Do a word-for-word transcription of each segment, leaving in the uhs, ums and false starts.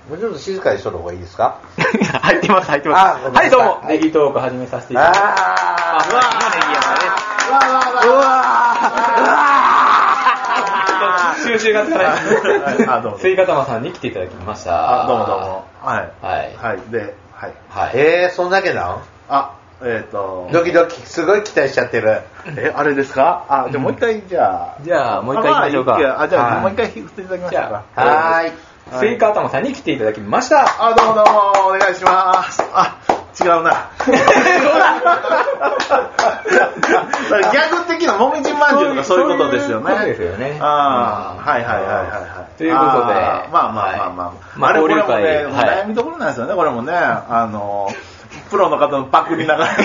もうちょっと静かにしとる方がいいですか？ 入ってます、入ってます。はい、どうも、ネギトーク始めさせていただきます。 あー、 うわー、ネギ山です。 うわー、うわー、 収集がつかない。 あ、どうも。 スイカ玉さんに来ていただきました。 あ、どうもどうも。はい。 はい。 はい。で、はい。 はい。 えー、そんだけなん？ あ、えっと。 ドキドキ、すごい期待しちゃってる。 え、あれですか？あ、じゃあもう一回、じゃあ。 じゃあ、もう一回行きましょうか。 あ、じゃあもう一回振っていただきましょうか。 はーい。 スイカ頭さんに来ていただきました。 あ、どうもどうも、お願いします。あ、違うな。逆的なもみじまんじゅうとかそういうことですよね。 そうですよね。 ああ、はいはいはいはいはい。 ということで、 まあまあまあまあ。あれこれもね、悩みどころなんですよね、これもね。あの、プロの方のパクりながら。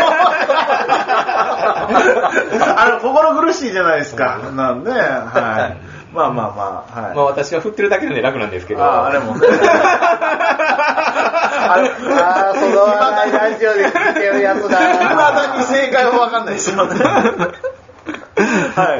あの、心苦しいじゃないですか。なんで、はい。まあまあまあ、はい。 まあ私は振ってるだけなんで楽なんですけど。 ああ、あれもね。 ああ、そのラジオで聞いてるやつだ。 未だに正解は分かんないですよね。はい。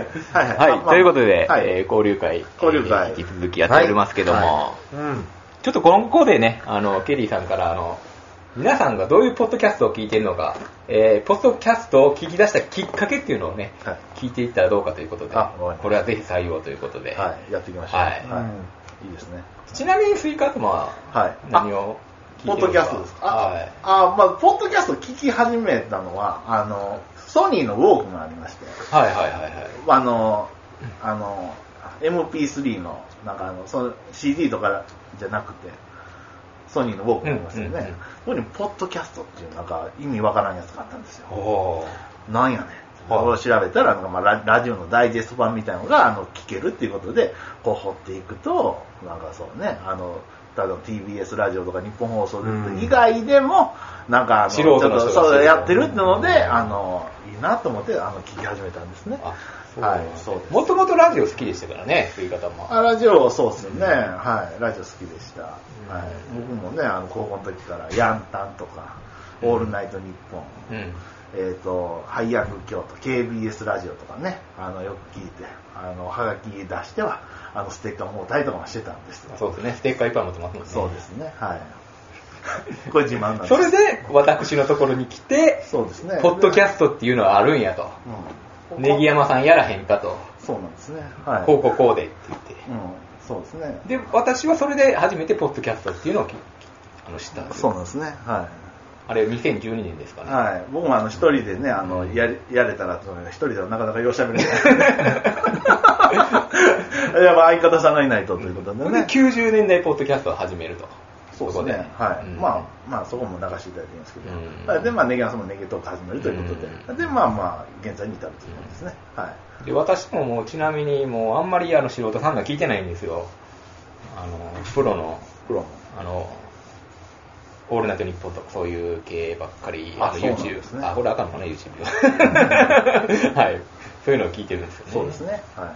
はいはい。はい。ということで、 はいえー、交流会、 交流会、 えー、引き続きやっておりますけども、はいはい、 うん、 ちょっとここでね、あの、ケリーさんから、あの、皆さんがどういうポッドキャストを聞いているのか、えー、ポッドキャストを聞き出したきっかけっていうのをね、はい、聞いていったらどうかということで、これはぜひ採用ということで、 はい、やっていきましょう。はい。はい、いいですね。 ちなみにスイカ頭は何を聞いてるのか、 ポッドキャストですか？あ、はい、あ、まあポッドキャストを聞き始めたのは、あの、ソニーのウォークマンありまして、 はいはいはいはい。 あの、あの、エムピースリー の、なんかあの、その シーディー とかじゃなくて、ソニーのウォークマンありますよね。うんうんうん、そこにポッドキャストっていうなんか意味わからんやつがあったんですよ。なんやねん。これを調べたらなんかまあ ラ, ラジオのダイジェスト版みたいなのがあの聞けるっていうことでこう掘っていくとなんかそうねあの例えば ティービーエス ラジオとか日本放送以外でもなんかあのちょっとそうやってるってのであのいいなと思ってあの聞き始めたんですね。はい、そうです。 もともとラジオ好きでしたからね、そういう方も。 あ、ラジオそうですよね、うん、はい、ラジオ好きでした。うん、はい、僕もね、あの高校の時からヤンタンとか、うん、オールナイトニッポン、うん、えっ、ー、とハイヤング京都、ケービーエス ラジオとかね、あのよく聞いて、あのハガキ出してはあのステッカーもうたりとかもしてたんです。 そうですね、ステッカーいっぱい持ってますもんね。 そうですね、はい。これ自慢なんです。 それで私のところに来て、 そうですね。 ポッドキャストっていうのはあるんやと。うん、ネギ山さんやらへんかと。 そうなんですね。はい。 こうこうこうでって言って。 うん。そうですね。 で、私はそれで初めてポッドキャストっていうのをあの知ったんです。 そうなんですね。はい。 あれにせんじゅうにねんですかね。 はい。僕もあの一人でね、あの、やれ、やれたら、一人ではなかなかようしゃべれない。やっぱ相方さんがいないとということでね。 で、きゅうじゅうねんだいポッドキャストを始めると。 そうですね。はい。うん、まあ、まあそこも流していただいてますけど。うん、で、まあネギさんもネギトーク始めるということで。うん、で、まあまあ、現在に至るということですね。はい。 で、私ももうちなみにもうあんまりあの素人さんが聞いてないんですよ。あの、プロの、 プロの、 あの、オールナイトニッポンとかそういう系ばっかり、 あの YouTube、ね、あ、これあかんのかな、YouTube は。はい。そういうのを聞いてるんですよね。 そうですね。はい。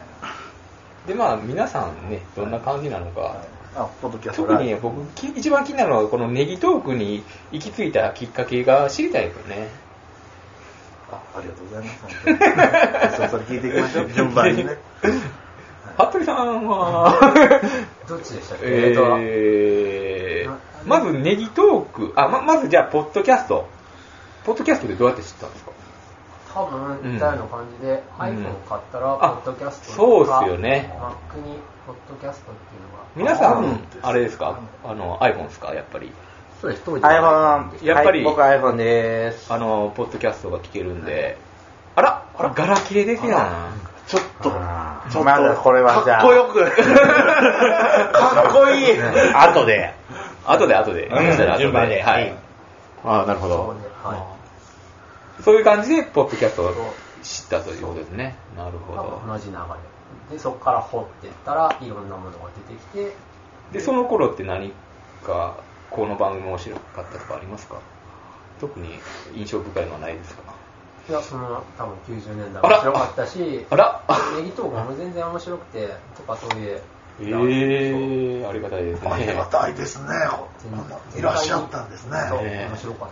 で、まあ皆さんね、どんな感じなのか。はい、 あ、ポッドキャスト特に僕一番気になるのはこのネギトークに行き着いたきっかけが知りたいですよね。 あ、ありがとうございます。それそれ聞いていきましょう。順番にね。 服部さんはどっちでしたっけ？ えー、まずネギトーク、あ、ま、まずじゃあポッドキャスト。ポッドキャストでどうやって知ったんですか？ 多分似たような感じで、うん、iPhone 買ったらポッドキャストとか、そうですよね。 Mac にポッドキャストっていうのが。 皆さんあれですか？あの iPhone ですか？やっぱり。 そうです。 iPhone やっぱり、 はい、僕 iPhone です。 あのポッドキャストが聞けるんで、あら、あらガラケーですやん。 ちょっと、ちょっとまだこれはじゃあかっこよく、かっこいい。 後で、 後で後で、 順番で、はい。 ああ、なるほど。そういう感じでポッドキャストを知ったということですね。なるほど。 同じ流れで、そこから掘っていったらいろんなものが出てきて、 でその頃って何かこの番組面白かったとかありますか？特に印象深いのはないですか？ いや、その多分きゅうじゅうねんだい面白かったし、 あらネギトークも全然面白くてとかそういう。 えー、ありがたいですね。 ありがたいですね。いらっしゃったんですね。 面白かった。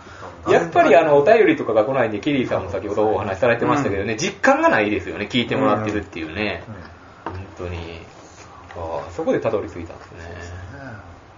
やっぱりあのお便りとかが来ないんで、ケリーさんも先ほどお話しされてましたけどね、うん、実感がないですよね、聞いてもらってるっていうね。うんうん、本当に。あ、そこでたどり着いたんですね。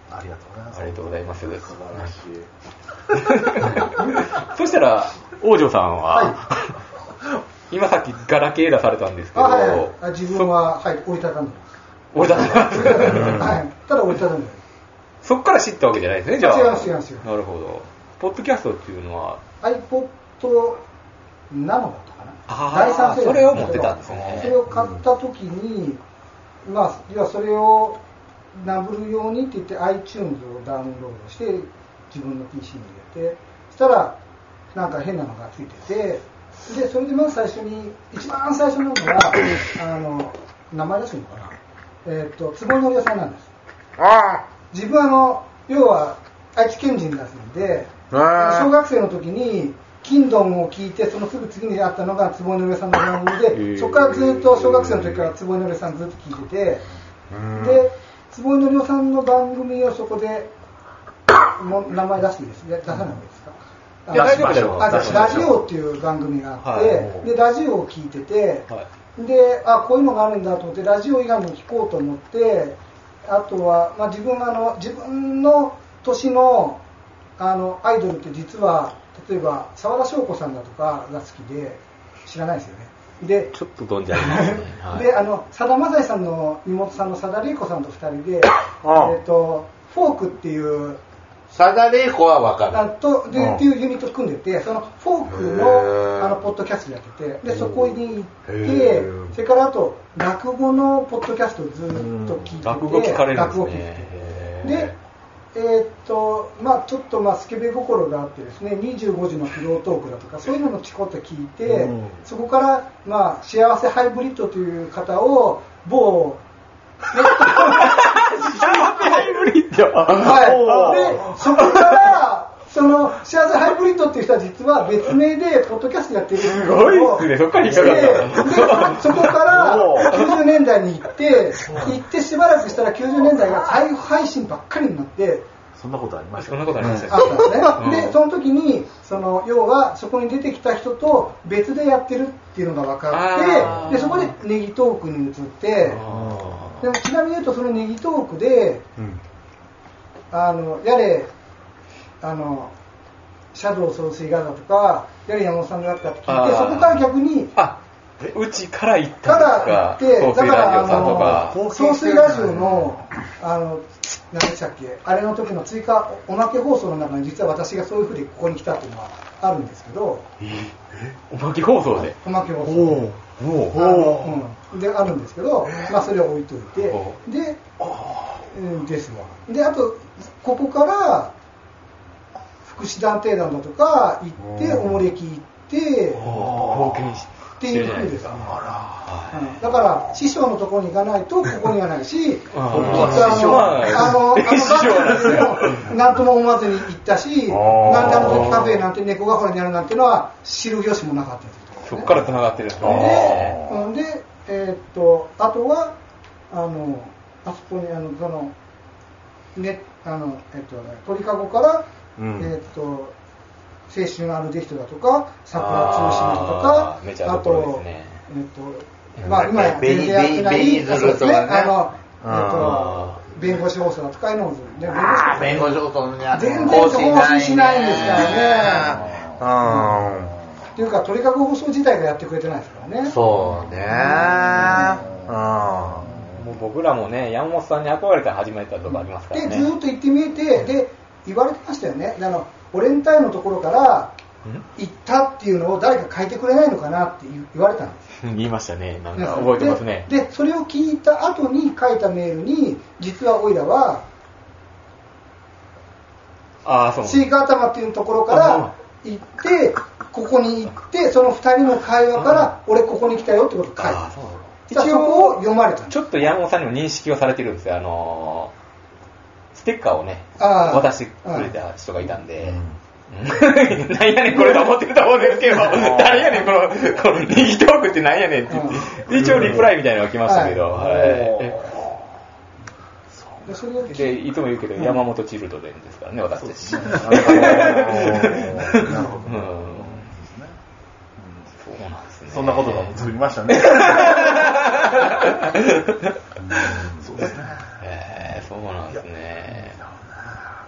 ありがとうございます。 ありがとうございます。 素晴らしい。 そしたら、王女さんは、 はい今さっきガラケー出されたんですけど、 あ、はいはい、自分は、はい、折りたたんでます。 折りたたんでます。 はい、ただ折りたたんでます。 そっから知ったわけじゃないですね、じゃあ。 違います違います。 なるほど。ポッドキャストっていうのは iPod ナノだったかな。 あ第三世代それを持ってたんですね。 それを買った時に、まあ、要はそれをなぶるようにって言って iTunes をダウンロードして自分の ピーシー に入れて、そしたらなんか変なのがついてて、でそれでまず最初に一番最初ののがあの名前出してるのかな、えっ、ー、と坪井のりおさんなんです。 あ自分あの要は愛知県人ですので、小学生の時にキンドンを聞いて、そのすぐ次にあったのが坪井のりおさんの番組で、そこからずっと小学生の時から坪井のりおさんずっと聞いてて、で坪井のりおさんの番組をそこでも名前出していいですね、出さないですか。 いや大丈夫だよ。 ラジオっていう番組があって、はい、でラジオを聞いてて、 はい、 であこういうのがあるんだと思ってラジオ以外も聞こうと思って、あとは、まあ、自分あの自分の年のあのアイドルって実は例えば沢田翔子さんだとかが好きで、知らないですよね。でちょっと存じ上げますね。 はい、であのさだまさしさんの妹さんのさだれいこさんとふたりで、えー、とフォークっていうさだれいこは分かるあとで、うん、っていうユニット組んでて、そのフォークのあのポッドキャストやってて、でそこに行って、それからあと落語のポッドキャストをずっと聞いてて、 落語聞かれるんですね。 落語聞いてで、えーっとまあちょっとまあスケベ心があってですね、にじゅうごじのフロートークだとかそういうのもちこっと聞いて、うん、そこからまあ幸せハイブリッドという方を某幸せハイブリッド、 はい、でそこからその幸せハイブリッドっていう人は実は別名でポッドキャストやってるんですけど、 すごいっすね、そこから引っかかった。 そこからきゅうじゅうねんだいに行って行ってしばらくしたらきゅうじゅうねんだいが再配信ばっかりになって、 そんなことありました。 そんなことありました。 あったんですね。うん、でその時にその要はそこに出てきた人と別でやってるっていうのが分かって、でそこでネギトークに移って、でもちなみに言うとそのネギトークで、うん、あのやれあのシャドウ総帥がだとかやれ山本さんがだって聞いて、そこから逆にあうちから行ったんですか。 から行って、だからあの総帥ラジオのあの何でしたっけ、あれの時の追加おまけ放送の中に実は私がそういうふうでここに来たっていうのはあるんですけど、 ええおまけ放送でおまけ放送でおお、うん、であるんですけど、まあそれを置いといて、で、うん、ですわ。であとここから福祉団体団だとか行っておもれき行って冒険っていう風ですね。だから師匠のところに行かないとここにはないし、あのあのなんとも思わずに行ったし、なんであの時カフェなんて猫がほらにあるなんていうのは知る由もなかったです。 そこから繋がってるんですね。 で、でえー、っとあとはあのあそこにあのそのねあのえー、っと鳥かごから、うん、えー、っと青春あるで人だとか桜通信だとか、 あ, あと、ね、えっとまあ今や全然やってないそうですね、あのえっと弁護士放送だとかいうのも弁護士放送に全然更新しないんですからね。っていうか鳥かご放送自体がやってくれてないですからね。 そうね。 うん。もう僕らもね山本さんに憧れて始めたとこありますからね。 でずっと行ってみてで言われてましたよね。あのオレンタイのところから行ったっていうのを誰か書いてくれないのかなって言われたんです。 言いましたね。なんか覚えてますね。 で、でそれを聞いた後に書いたメールに実はオイラはあそうシーカー頭っていうところから行ってここに行ってそのふたりの会話から俺ここに来たよってことを書いた。一応そこを読まれた。 ちょっと山本さんにも認識をされてるんですよ。あのーステッカーをね渡してくれた人がいたんで、なんやねんこれと思ってると思うんですけど、誰やねんこのこのネギトークってなんやねんって言って一応リプライみたいなのが来ましたけど、でいつも言うけど山本チルドレンですからね私たち。なるほど。そうなんですね。 そんなことが映りましたね。そうですね。 そうなんですね。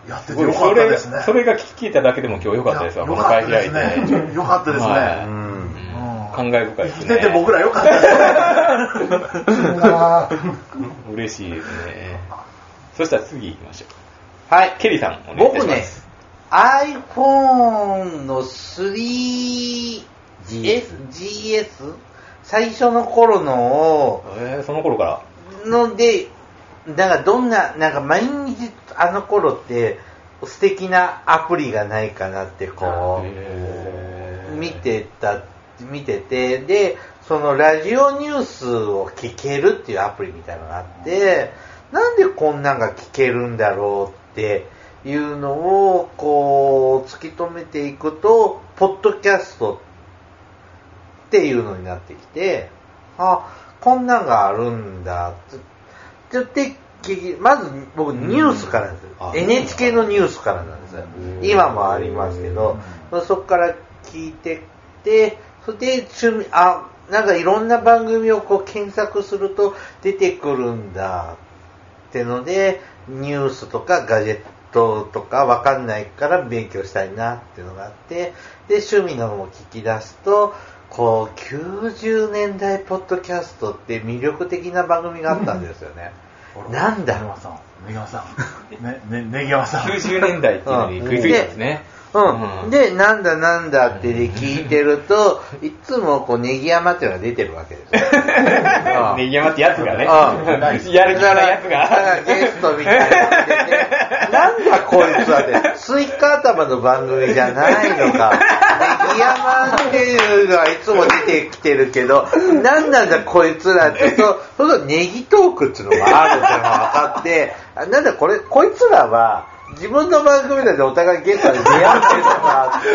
やっててよかったですね。 それ、それが聞けただけでも今日よかったですわ、この会開いて。 よかったですね。 はい、うん、感慨深いですね。 生きてて僕らよかったですね。 嬉しいですね。そしたら次行きましょう。はい、ケリーさんお願いいたします。 僕ね、iPhone の スリージーエス ジーエス 最初の頃のを、 えー、その頃からので、だからどんな、なんか毎日あの頃って素敵なアプリがないかなってこう、見てた、見てて、で、そのラジオニュースを聞けるっていうアプリみたいなのがあって、なんでこんなんが聞けるんだろうっていうのをこう突き止めていくと、ポッドキャストっていうのになってきて、あ、こんなんがあるんだって言って、まず僕ニュースからなんですよ。エヌエイチケー のニュースからなんですよ。今もありますけど、そこから聞いてって、それで趣味、あ、なんかいろんな番組をこう検索すると出てくるんだってので、ニュースとかガジェットとかわかんないから勉強したいなっていうのがあって、で、趣味の方も聞き出すと、こう、きゅうじゅうねんだいポッドキャストって魅力的な番組があったんですよね。なんだネギマさん、ネギマさん、ね、ね、ネギマさん。 きゅうじゅうねんだいっていうのに食いついたんですね。 うん。で、なんだなんだってで聞いてると、いつもこう、ネギ山っていうのが出てるわけですよ。 ネギ山ってやつがね。やる気ないやつが。 ゲストみたいなのが出て、なんだこいつはって、スイカ頭の番組じゃないのか。ネギ山っていうのはいつも出てきてるけど、なんなんだこいつらって言うと、そのネギトークっていうのがあるっていうのが分かって、なんだこれ、こいつらは、自分の番組でお互いゲストで出会ってるのがあって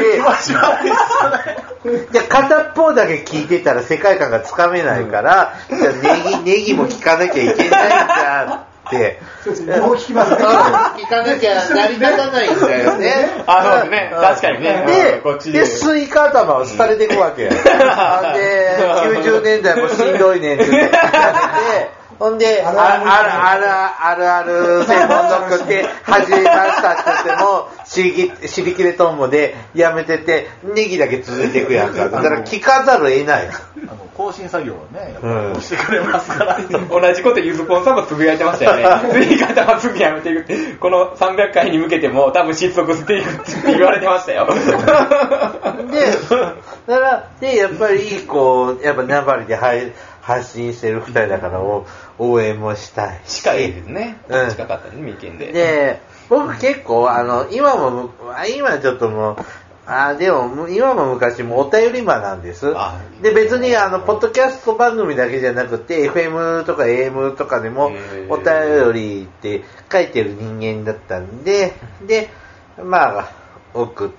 、じゃあ片っぽだけ聞いてたら世界観がつかめないから、じゃあネギ、ネギも聞かなきゃいけないんだって。 もう聞きますね。 聞かなきゃ成り立たないんだよね。 あ、そうですね。確かにね。 で、こっちで、でスイカ頭を廃れていくわけ。で、きゅうじゅうねんだいもしんどいねんって言って、ほんで、あるあるあるあるある専門のくって始めましたって言っても、知りきれとんぼでやめてて、ネギだけ続いていくやんか。だから聞かざるを得ない。 あの更新作業をね、やっぱりしてくれますから。 同じことゆずぽんさんもつぶやいてましたよね。次方はすぐやめていく。このさんびゃっかいに向けても多分失速していくって言われてましたよ。で、だから、で、やっぱり、こう、やっぱナバリで入発信してる二人だから応援もしたいし。 近いですね。 うん、 近かったね、三県で。 で、僕結構、あの、今も、今ちょっともう、あでも、今も昔もお便り魔なんです。で、別に、あの、ポッドキャスト番組だけじゃなくて、エフエム とか エーエム とかでも、お便りって書いてる人間だったんで、で、まあ、送って、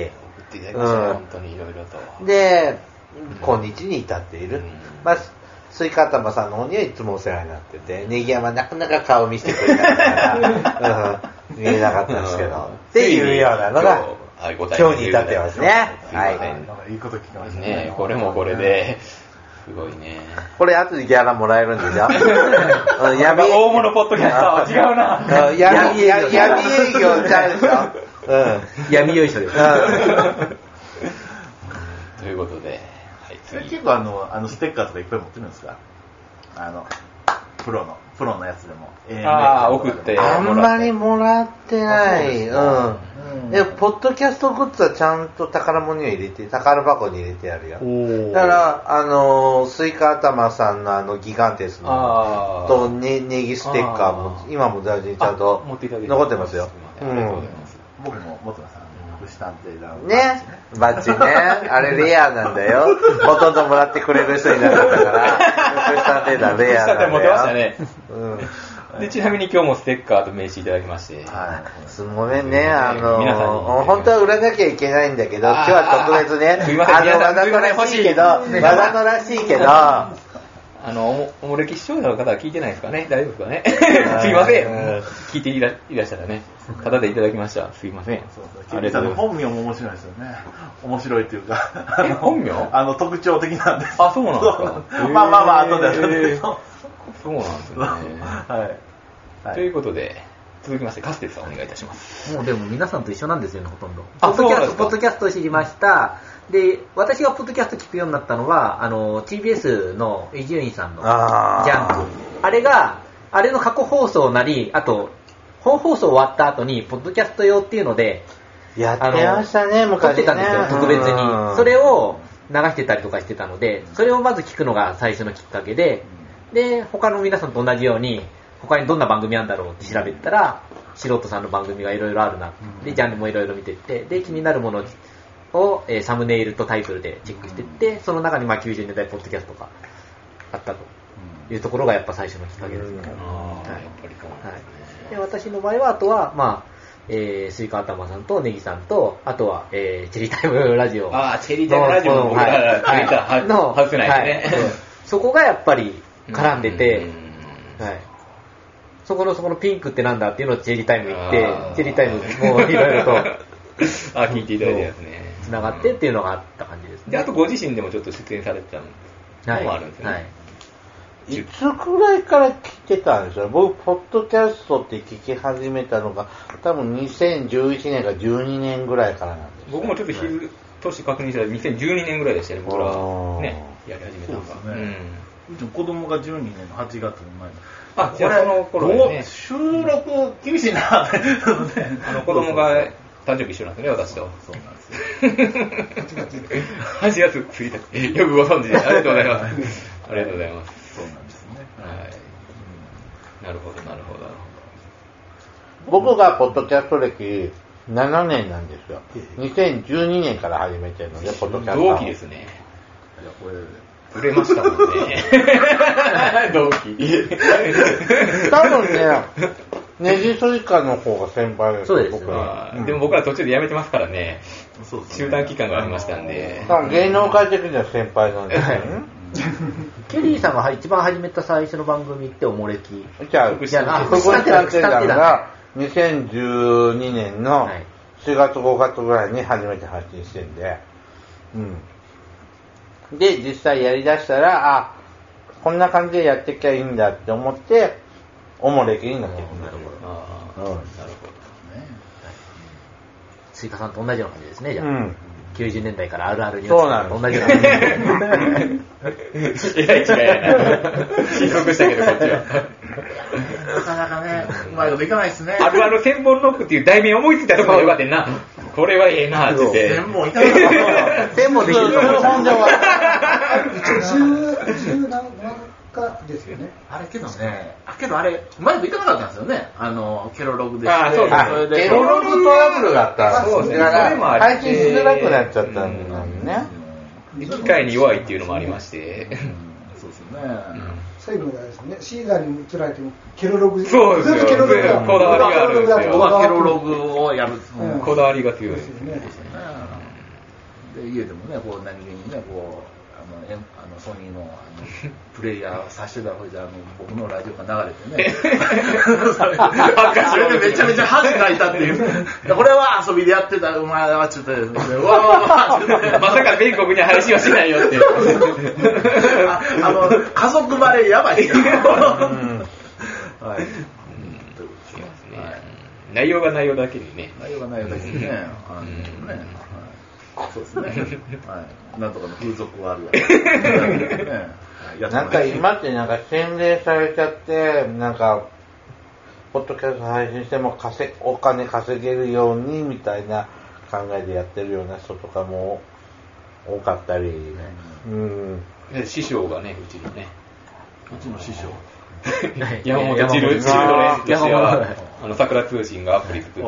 送っていただきましたね、うん、本当にいろいろと。 で、今日に至っている。うん、まあスイカ頭さんの方にはいつもお世話になってて、ネギ山なかなか顔見せてくれなかったから、うん、見えなかったんですけど、っていうようなのが、今日に至ってますね。 はい。 いいこと聞きましたね。これもこれで、すごいね。 これ後でギャラもらえるんでしょ闇大物ポッドキャスターは違うな。 闇営業ちゃうでしょ。 うん。闇よいしょです。ということで、 結構あの、あのステッカーとかいっぱい持ってるんですか？あの、プロの、プロのやつでも。 ああ、送って。 あんまりもらってない。うん。で、ポッドキャストグッズはちゃんと宝物には入れて、宝箱に入れてあるよ。だから、あの、スイカ頭さんのあのギガンテスの、とネギステッカーも、今も大事にちゃんと残ってますよ。 うん。 僕も持ってます。福祉探偵団ね、バッチね、あれレアなんだよ。ほとんどもらってくれる人いなかったから、福祉探偵団レアなんだよ。 持ってましたね。うん。で、ちなみに今日もステッカーと名刺いただきまして。 はい。すごめんね、あの、皆さんに本当は売らなきゃいけないんだけど、今日は特別ね、あの、和田のらしいけど、和田のらしいけど、 あの、おもれき視聴者の方は聞いてないですかね？大丈夫ですかね？すいません。聞いていらっしゃったらね。ただでいただきました。すいません。 そうそう。あれ本名も面白いですよね。面白いっていうか。 え、本名？ あの、特徴的なんです。 あ、そうなんですか？ まあまあまあ、後で後で。 そうなんですね。 はい。 ということで、 続きましてカステルさんお願いいたします。 もうでも皆さんと一緒なんですよね、ほとんど。 あ、 ポッドキャスト、 そうなんですか。 ポッドキャストを知りました。で、私がポッドキャスト聞くようになったのは、あの、ティービーエス の伊集院さんのジャンク。あれが、あれの過去放送なり、あと、本放送終わった後に、ポッドキャスト用っていうので、 やってましたね、昔ね。 撮ってたんですよ、特別に。それを流してたりとかしてたので、それをまず聞くのが最初のきっかけで、で、他の皆さんと同じように、他にどんな番組あるんだろうって調べたら、素人さんの番組がいろいろあるな。で、ジャンルもいろいろ見てって、で、気になるものを、えー、サムネイルとタイトルでチェックしていって、その中にまあきゅうじゅうねんだいポッドキャストがあったというところがやっぱ最初のきっかけですね。はい、やっぱりそうなんですね。で、私の場合は、あとは、まあ、えー、スイカ頭さんとネギさんと、あとは、えー、チェリータイムラジオ。 ああ、チェリータイムラジオの、はい、はい、の、外せないですね。はい、 そこがやっぱり絡んでて、はい。そこの、そこのピンクってなんだっていうのをチェリータイム行って、チェリータイムもいろいろと、 あ、聞いていただいてですね。 繋がってっていうのがあった感じですね。 で、あとご自身でもちょっと出演されてたのもあるんですよね。はいはいいつくらいから聞いてたんですよ。僕、ポッドキャストって聞き始めたのが、多分にせんじゅういちねんかじゅうにねんぐらいからなんですよ。 僕もちょっと日年確認したらにせんじゅうにねんぐらいでしたね、僕らね、やり始めたのが。 そうですね。うちの子供がじゅうにねんのはちがつに前に。 あ、じゃあその頃ですね。収録厳しいな。 あの子供が誕生日一緒なんですね、私と。 そうなんですよ。 はちがつついたち。よくご存知で、ありがとうございます。ありがとうございます。 そうなんですね。 はい。なるほど、なるほど。 僕がポッドキャスト歴ななねんなんですよ。にせんじゅうにねんから始めてるので、ポッドキャスト。 同期ですね。 いや、これ、 売れましたもんね。同期。 多分ね、ネジスイカの方が先輩です。 そうですね。 僕は。 でも僕ら途中で辞めてますからね。中断期間がありましたんで。 芸能界的には先輩なんですよね。 ケリーさんが一番始めた最初の番組っておもれき。 じゃあ、福祉探偵団がにせんじゅうにねんのしがつごがつぐらいに初めて発信してんで、うん。で、実際やりだしたら、あ、こんな感じでやっていきゃいいんだって思って、おもれきになっていくんだと思う。 ああ、なるほど。 スイカさんと同じような感じですね、じゃあ。 うんきゅうじゅうねんだいからあるあるにそうなんです。 同じような感じ。 えらい違いやな。新録したけど、こっちは。 なかなかね、うまいこといかないですね。 あるある千本ノックっていう題名思いついたところがよかったな。これはええなって言って。 千本いかなかった。 千本できると思う。 本では。 一応じゅう何かですよね。 あれけどね、あけどあれ、うまいこといかなかったんですよね。あの、ケロログで。 あそうです。ケロログトラブルがあったら、 そうですね。 だから配信しづらくなっちゃったんだね。 機械に弱いっていうのもありまして。 そうですよね。 最後のあれですね、シーザーに移られても、ケロログ。 そうですよ。 ケロログがこだわりがあるんですよ。 僕はケロログをやる。 こだわりが強いですね。 で、家でもね、こう何気にね、こう、あの、あのソニーのあのプレイヤーをさしてたら、ほいで、あの、僕のラジオが流れてね。それでめちゃめちゃ恥かいたっていう。これは遊びでやってた、お前はちょっと、うわわわまさか全国に配信はしないよって。 ああの、家族バレーやばい。はい。 内容が内容だけにね。 内容が内容だけにね。あのね。そうですね。はい。なんとかの風俗はあるやつ。なんか今ってなんか洗礼されちゃって、なんか、ポッドキャスト配信しても稼お金稼げるようにみたいな考えでやってるような人とかも多かったり。うん。 で師匠がね、うちのね。 うちの師匠。 山本チル、チルドレンとしては、あの、桜通信がアプリ作って、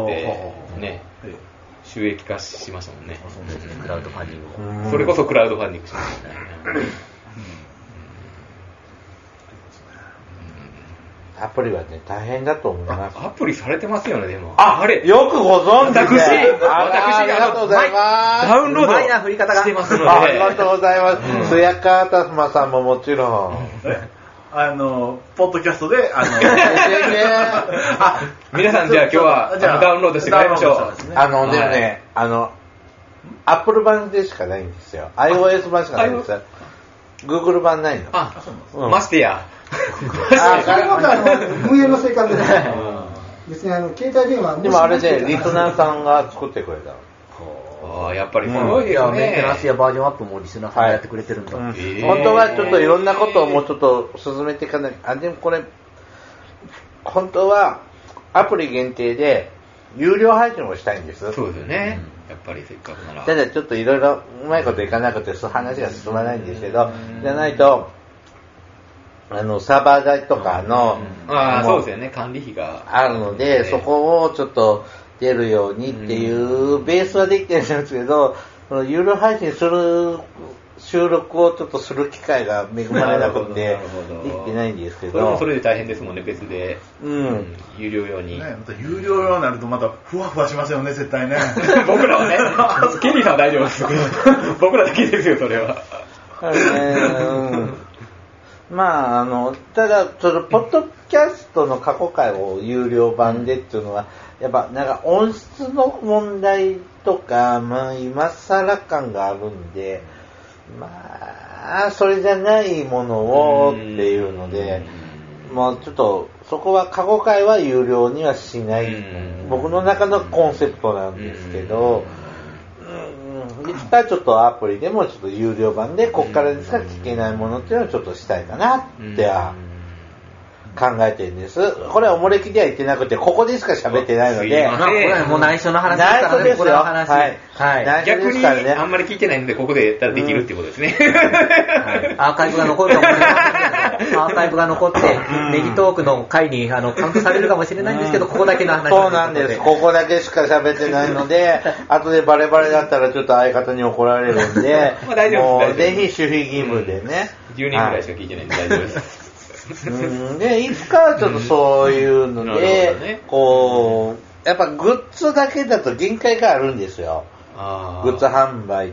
ね。収益化しましたもんね。 クラウドファンディングを。それこそクラウドファンディングしましたね。 アプリはね、大変だと思います。 アプリされてますよね、でも。 あ、あれよくご存知で。 私、私、 ありがとうございます。 ダウンロード。 うまいな振り方がしてますので。 ありがとうございます。須谷川たすまさんももちろん。 あの、ポッドキャストで、あの、 あ、皆さんじゃあ今日はダウンロードして帰りましょう。 あの、でもね、あの、Apple 版でしかないんですよ。iOS 版しかないんですよ。Google 版ないの。 あ、ましてや。 あ、それまたあの、運営のせいかでね。 別にあの携帯電話でもあれでリスナーさんが作ってくれたの。 ああ、やっぱりすごいですね。 メンテナンスやバージョンアップもリスナーさんがやってくれてるんだ。 はい、うん、本当はちょっといろんなことをもうちょっと進めていかない。あ、でもこれ、本当はアプリ限定で有料配信をしたいんです。 そうですよね。うん、やっぱりせっかくなら。 ただちょっといろいろうまいこといかなくて話が進まないんですけど、じゃないと、あのサーバー代とかの、 うん、ああそうですよね、管理費があるので、そこをちょっと出るようにっていうベースはできてるんですけど、その有料配信する収録をちょっとする機会が恵まれなくてできてないんですけど、 それもそれで大変ですもんね、別で、 うんうん、 有料用に、 ね、また有料用になるとまたふわふわしますよね、絶対ね。 僕らはね、ケリーさんは大丈夫です僕らだけですよ、それは。 うんまあ、あの、ただ、その、ポッドキャストの過去回を有料版でっていうのは、やっぱ、なんか音質の問題とか、まあ、今更感があるんで、まあ、それじゃないものをっていうので、もうちょっと、そこは過去回は有料にはしない、僕の中のコンセプトなんですけど、いつかちょっとアプリでもちょっと有料版でこっからでしか聞けないものっていうのをちょっとしたいかなっては考えてるんです。これはおもれきでは言ってなくてここでしか喋ってないので、 これはもう内緒の話ですからね。 内緒ですよ。 話はいはい。内緒逆にですからね。 あんまり聞いてないのでここでやったらできるっていうことですね。 はい、アーカイブが残るかもしれないけど、アーカイブが残ってネギトークの回にあのカウントされるかもしれないんですけど、ここだけの話。 そうなんです。ここだけしか喋ってないので、後でバレバレだったらちょっと相方に怒られるんで、 まあ大丈夫です。 もうぜひ守秘義務でね。 じゅうにんぐらいしか聞いてないんで大丈夫です。 うんでいつかちょっとそういうので、うんね、こうやっぱグッズだけだと限界があるんですよ。あグッズ販売って、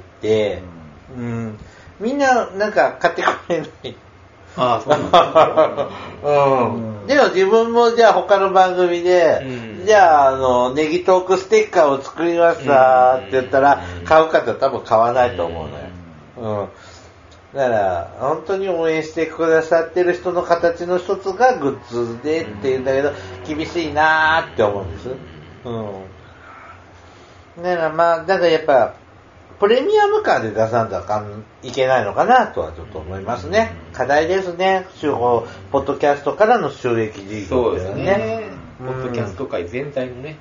うん、うん、みんななんか買ってくれない。 ああそうなんだ、 うん、でも自分もじゃあ他の番組で、うん、じゃああのネギトークステッカーを作りましたって言ったら、うん、買う方は多分買わないと思うのよ。うんだから本当に応援してくださってる人の形の一つがグッズでっていうんだけど厳しいなーって思うんです。うん。だからまあだからやっぱプレミアム感で出さんとあかんいけないのかなとはちょっと思いますね。課題ですね。手法ポッドキャストからの収益事業ですよね。そうですね。 ポッドキャスト界全体のね。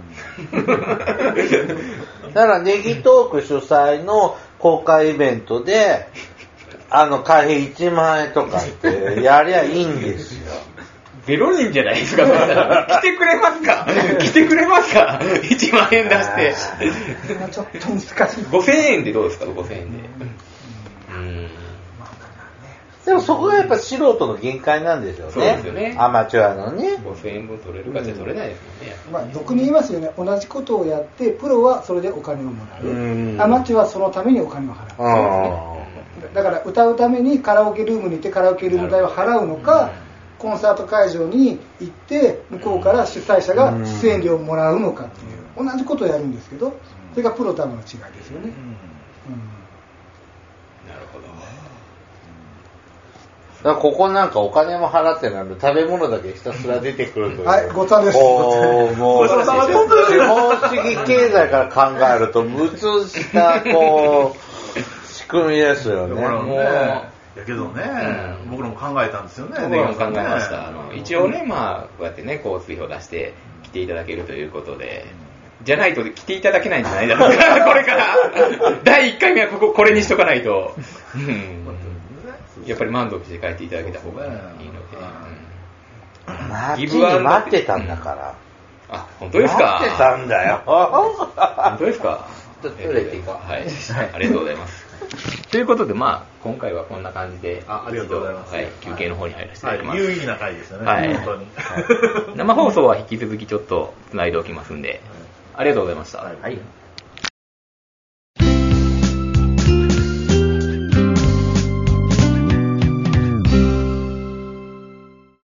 だからネギトーク主催の公開イベントで。あの会費いちまんえんとかってやりゃいいんですよ。 ゼロにんじゃないですか。来てくれますか来てくれますかいちまんえん出して。 ちょっと難しい。 ごせんえんでどうですかごせんえんで。うん。 でもそこがやっぱ素人の限界なんですよね。 そうですよね。 アマチュアのね。 ごせんえんぶん取れるかじゃ取れないですもんね。 まあ俗に言いますよね。同じことをやってプロはそれでお金をもらう。アマチュアはそのためにお金を払う。だから歌うためにカラオケルームに行ってカラオケルーム代を払うのか、コンサート会場に行って向こうから主催者が出演料をもらうのかっていう同じことをやるんですけど、それがプロとアマの違いですよね。うんうん、 なるほど。 だからここなんかお金も払ってなる食べ物だけひたすら出てくるという。 はい、ごちそうです。 おーもう資本主義経済から考えると無痛したこう。仕組みですよね。 もうやけどね、うん、僕らも考えたんですよね。 僕らも考えました。あの一応ね、まあこうやってね交通費を出して来ていただけるということで、じゃないと来ていただけないんじゃないだろうか。これからだいいっかいめはこここれにしとかないと、うん、やっぱり満足して帰っていただけた方がいいので。 うん、待ちに待ってたんだから。 うん、あ、本当ですか。 待ってたんだよ。 本当ですか。 取れていいか。 はい、ありがとうございます。ということで、まあ、今回はこんな感じで、 あ、ありがとうございます。 はい、休憩の方に入らせていただきます。 はい、有意義な回でしたね、 はい、 本当に。 はい、生放送は引き続きちょっと繋いでおきますんで、ありがとうございました。 はい。